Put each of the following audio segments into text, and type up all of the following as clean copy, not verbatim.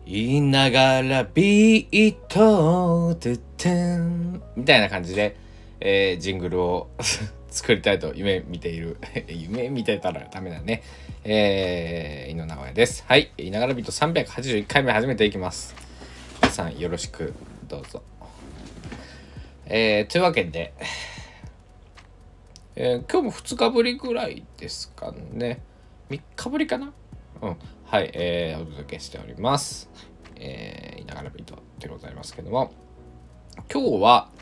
言いながらビートトゥトゥンみたいな感じで、ジングルを作りたいと夢見ている夢見てたらダメだね、井野直哉です。はい、言いながらビート381回目始めていきます。皆さんよろしくどうぞ。というわけで、今日も2日ぶりぐらいですかね。3日ぶりかな。はい、お届けしております。いながらビートでございますけども、今日は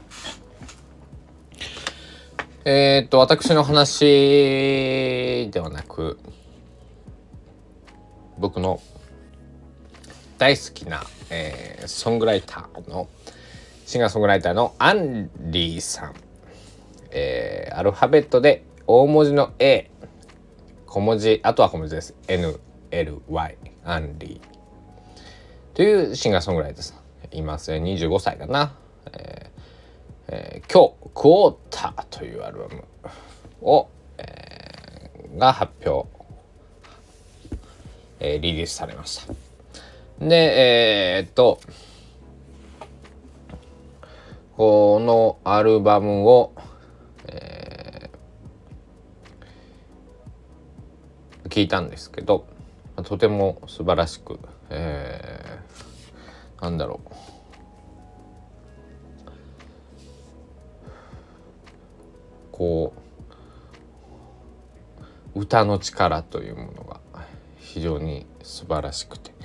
私の話ではなく、僕の大好きな、ソングライターのシンガーソングライターのアンリーさん、アルファベットで大文字の A、小文字、あとは小文字です。NLY、アンリーというシンガーソングライターさんいます。25歳かな。今日クォーターというアルバムを、が発表、リリースされました。でこのアルバムを、聞いたんですけど、とても素晴らしく、なんだろう、こう歌の力というものが非常に素晴らしくて、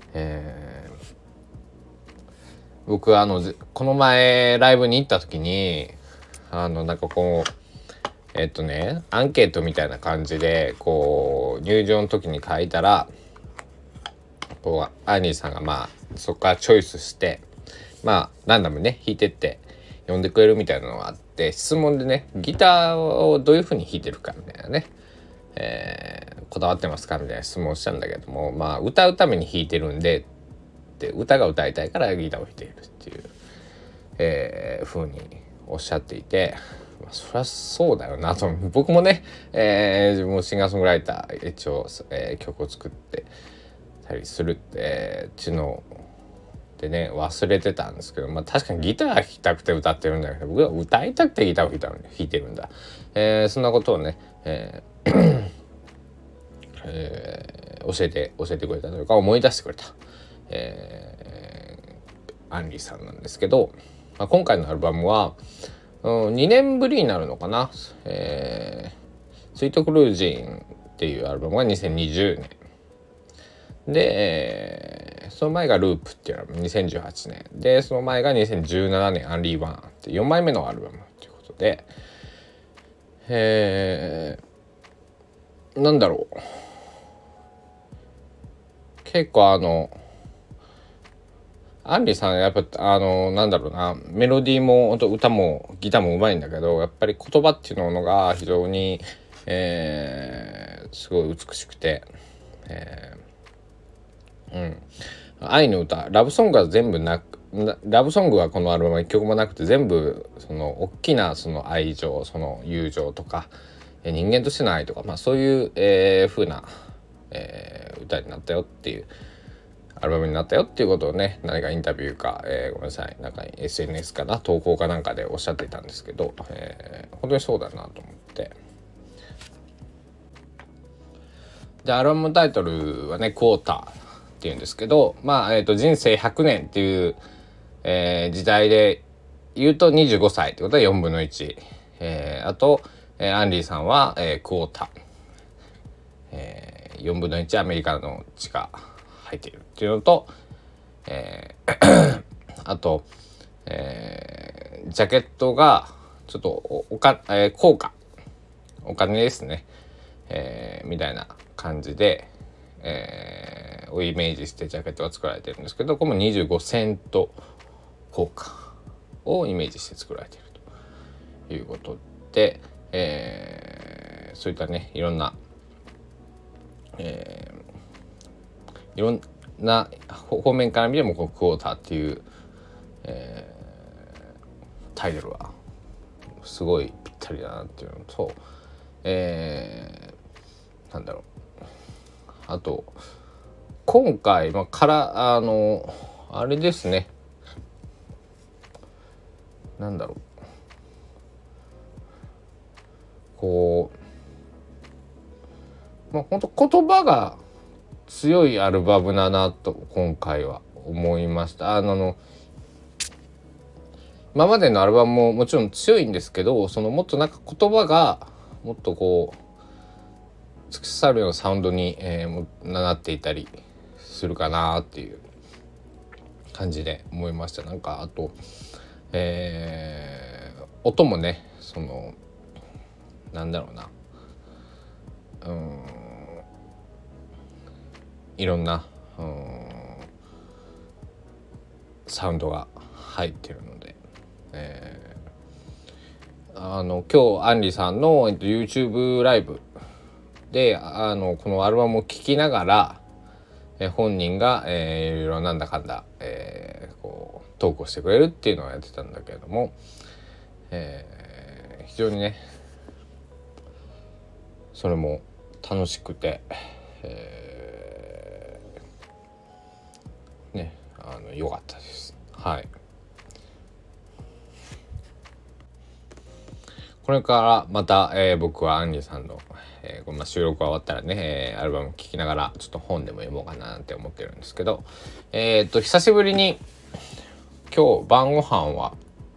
僕この前ライブに行った時になんかこうアンケートみたいな感じでこう入場の時に書いたら、こうアーニーさんがまあそこからチョイスしてランダムね弾いてって呼んでくれるみたいなのがあって、質問でねギターをどういう風に弾いてるかみたいなね、こだわってますかみたいな質問をしたんだけども、歌うために弾いてるんでって歌が歌いたいからギターを弾いているっていう、風におっしゃっていて、そりゃそうだよなと。僕もね、自分もシンガーソングライター一応、曲を作ってたりするっていうのでね忘れてたんですけど、確かにギター弾きたくて歌ってるんだけど、僕は歌いたくてギターを弾いてるんだ、そんなことをね、教えてくれたというか思い出してくれた、アンリさんなんですけど、今回のアルバムは2年ぶりになるのかな、スイートクルージンっていうアルバムが2020年で、その前がループっていうアルバム2018年で、その前が2017年アンリーワンって4枚目のアルバムということで、なんだろう、結構アンリさんやっぱなんだろうな、メロディーも歌もギターもうまいんだけど、やっぱり言葉っていうのが非常に、すごい美しくて、愛の歌、ラブソングは全部ラブソングはこのアルバムは一曲もなくて、全部その大きなその愛情、その友情とか人間としての愛とか、そういう、風な、歌になったよっていうアルバムになったよっていうことをね、何かインタビューか、ごめんなさい、なんか SNS かな、投稿かなんかでおっしゃっていたんですけど、本当にそうだなと思って。でアルバムタイトルはねクォーターっていうんですけど、人生100年っていう、時代で言うと25歳ってことは4分の1、あと、アンリーさんは、クォーター、4分の1アメリカの血が入っているっていうのと、あと、ジャケットがちょっと硬貨お金ですね、みたいな感じで、をイメージしてジャケットが作られてるんですけど、これも25セント硬貨をイメージして作られているということで、そういったねいろんな、いろんな方面から見てもこのクォーターっていう、タイトルはすごいぴったりだなっていうのと、なんだろう、あと今回、あれですね、なんだろう、こう、本当言葉が強いアルバムだなと今回は思いました。今までのアルバムももちろん強いんですけど、そのもっとなんか言葉がもっとこう突き刺さるようなサウンドに、なっていたりするかなっていう感じで思いました。なんかあと、音もね、そのなんだろうな、いろんなサウンドが入ってるので、今日アンリさんの、YouTube ライブでこのアルバムを聴きながら、本人が、いろいろなんだかんだ、こうトークをしてくれるっていうのをやってたんだけれども、非常にねそれも楽しくて、良かったです。はい。これからまた、僕はアンリさんの、収録が終わったらね、アルバム聴きながらちょっと本でも読もうかななんて思ってるんですけど、久しぶりに今日晩ご飯は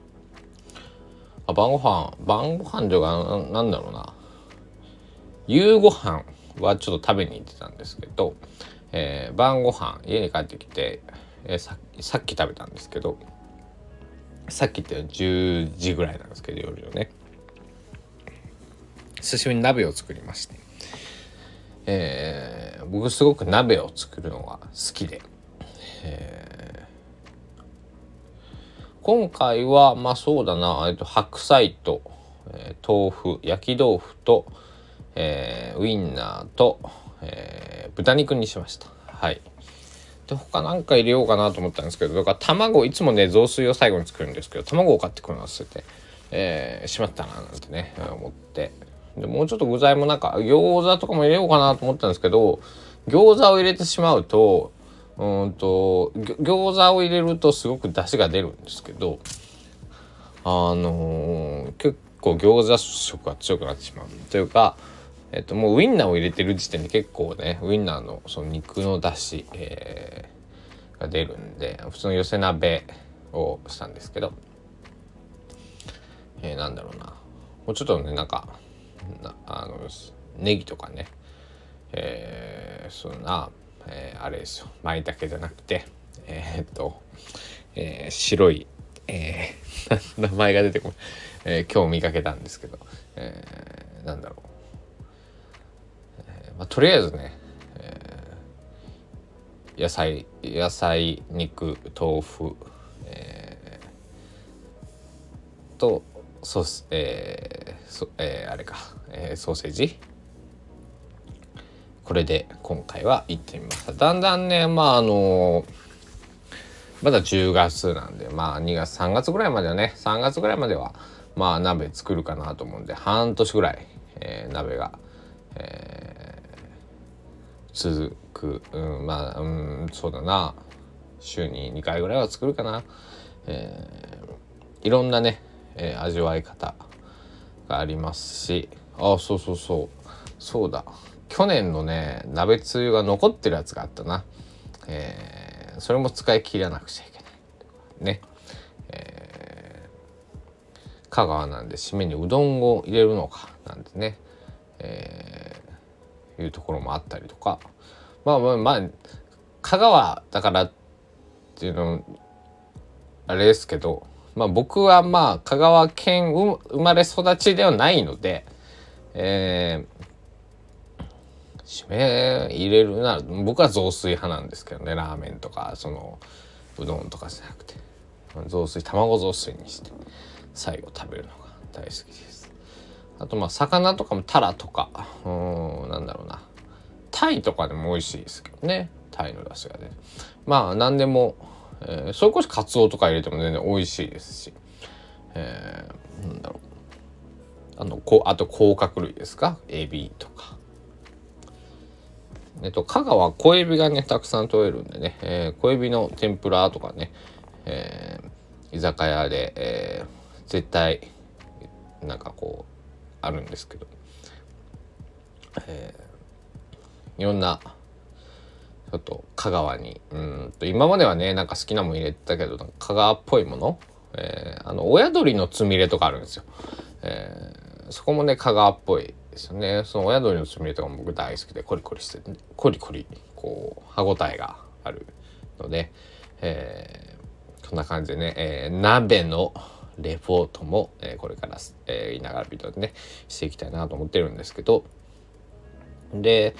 晩ご飯というかなんだろうな、夕ご飯はちょっと食べに行ってたんですけど、晩ご飯家に帰ってきて、さっき食べたんですけど、さっきって10時ぐらいなんですけど、夜のね久しぶりに鍋を作りまして、僕すごく鍋を作るのが好きで、今回はそうだな、白菜と、焼き豆腐と、ウインナーと、豚肉にしました。はい。で他なんか入れようかなと思ったんですけど、だから卵、いつもね雑炊を最後に作るんですけど、卵を買ってくるの忘れて、しまったななんてね思って、でもうちょっと具材もなんか餃子とかも入れようかなと思ったんですけど、餃子を入れてしまうと餃子を入れるとすごく出汁が出るんですけど、結構餃子色が強くなってしまうというか、もうウインナーを入れてる時点で結構ねウインナーのその肉の出汁、が出るんで、普通の寄せ鍋をしたんですけど、なんだろうな、もうちょっとねなんかネギとかね、そんな、あれですよ、舞茸じゃなくて白い、名前が出てこない、今日見かけたんですけど、なんだろう、とりあえずね、野菜肉豆腐、とソース、あれか、ソーセージ、これで今回は行ってみました。だんだんねまだ10月なんで、2月3月ぐらいまではね、3月ぐらいまでは鍋作るかなと思うんで、半年ぐらい、鍋が、続く、そうだな、週に2回ぐらいは作るかな。いろんなね、味わい方がありますし、そうだ、去年のね鍋つゆが残ってるやつがあったな、それも使い切らなくちゃいけないね、香川なんで締めにうどんを入れるのかなんてね、いうところもあったりとか、香川だからっていうのあれですけど、僕は香川県生まれ育ちではないので、締め入れるなら僕は雑炊派なんですけどね、ラーメンとかそのうどんとかじゃなくて卵雑炊にして最後食べるのが大好きです。あと魚とかもタラとか、なんだろうな、タイとかでも美味しいですけどね、タイの出汁がね、何でも、それこそカツオとか入れても全然美味しいですし、なんだろう、あと甲殻類ですか、エビとか、 香川小エビがねたくさん取れるんでね、小エビの天ぷらとかね、居酒屋で、絶対なんかこうあるんですけど、いろんなちょっと香川に今まではねなんか好きなもん入れてたけど香川っぽいもの、親鳥のつみれとかあるんですよ。そこもね香川っぽいですよね。その親鳥のつみれとかも僕大好きでコリコリしてコリコリこう歯ごたえがあるので、そんな感じでね、鍋のレポートも、これから、いながらビデオでねしていきたいなと思ってるんですけど、で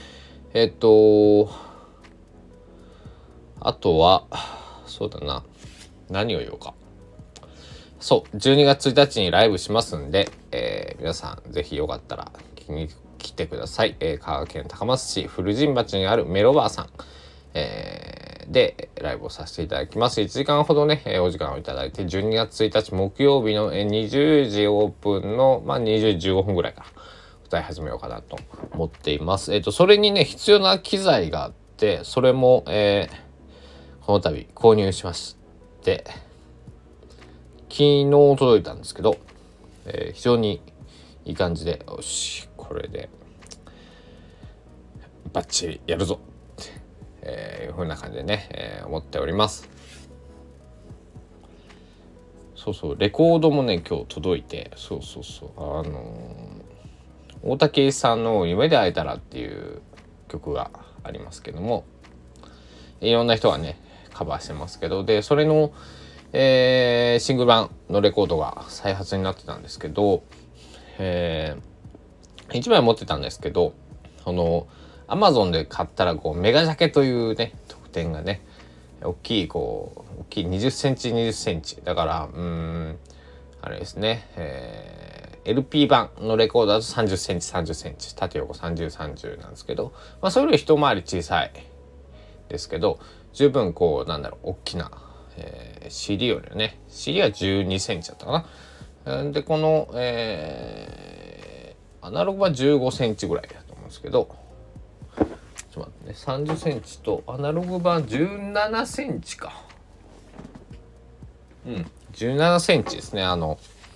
あとはそうだな、何を言おうか。そう12月1日にライブしますんで、皆さんぜひよかったら聞きに来てください。香川県高松市古神町にあるメロバーさん、でライブをさせていただきます。1時間ほどね、お時間をいただいて12月1日木曜日の20時オープンの、20時15分ぐらいから歌い始めようかなと思っています。それにね必要な機材があってそれも、この度購入しまして、昨日届いたんですけど、非常にいい感じで、よしこれでバッチリやるぞっていう風な感じでね、思っております。そうレコードもね今日届いて、大竹さんの夢で会えたらっていう曲がありますけども、いろんな人がねカバーしてますけど、でそれの、シングル版のレコードが再発になってたんですけど、1枚持ってたんですけど、Amazon で買ったらこうメガジャケというね特典がね大きい20センチ20センチだからあれですね、LP 版のレコードだと30センチ30センチ縦横3030なんですけど、それより一回り小さいですけど十分こう大きな、CD よりはね CD は12センチだったかな。でこの、アナログは15センチぐらいだと思うんですけど、ちょっと待ってね、30センチとアナログ版17センチか。17センチですね。なの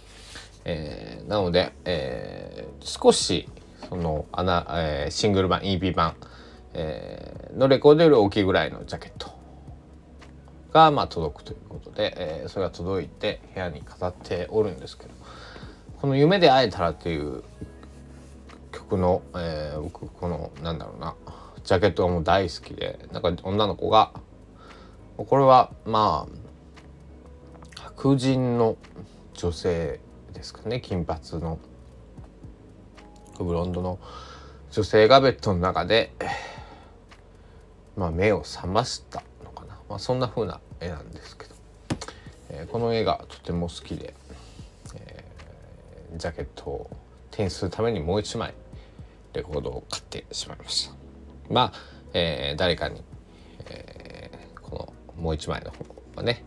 で、少しそのシングル版 EP 版、のレコードより大きいぐらいのジャケットが届くということで、それが届いて部屋に飾っておるんですけど、この夢で会えたらっていう曲の、僕このジャケットがもう大好きで、女の子がこれは白人の女性ですかね、金髪のブロンドの女性がベッドの中で、目を覚ましたのかな、そんな風な絵なんですけど、この絵がとても好きで、ジャケットを手にするためにもう一枚レコードを買ってしまいました。誰かに、このもう一枚の方はね、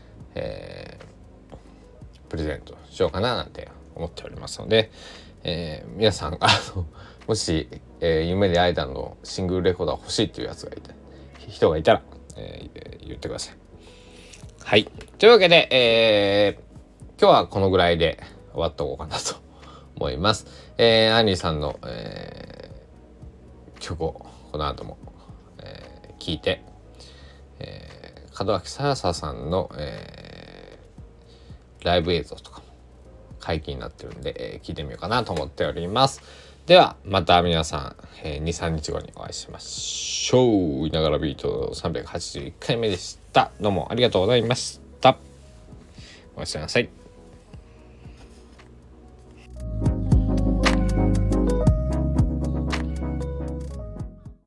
プレゼントしようかななんて思っておりますので、皆さんもし、夢で会えたのシングルレコードが欲しいっていう人がいたら、言ってください。はい、というわけで、今日はこのぐらいで終わっておこうかなと思います。アンリーさんの、曲をこの後も、聞いて、門脇沙耶さんの、ライブ映像とかも解禁になってるんで、聞いてみようかなと思っております。ではまた皆さん、2、3日後にお会いしましょう。いながらビート381回目でした。どうもありがとうございました。おやすみなさい。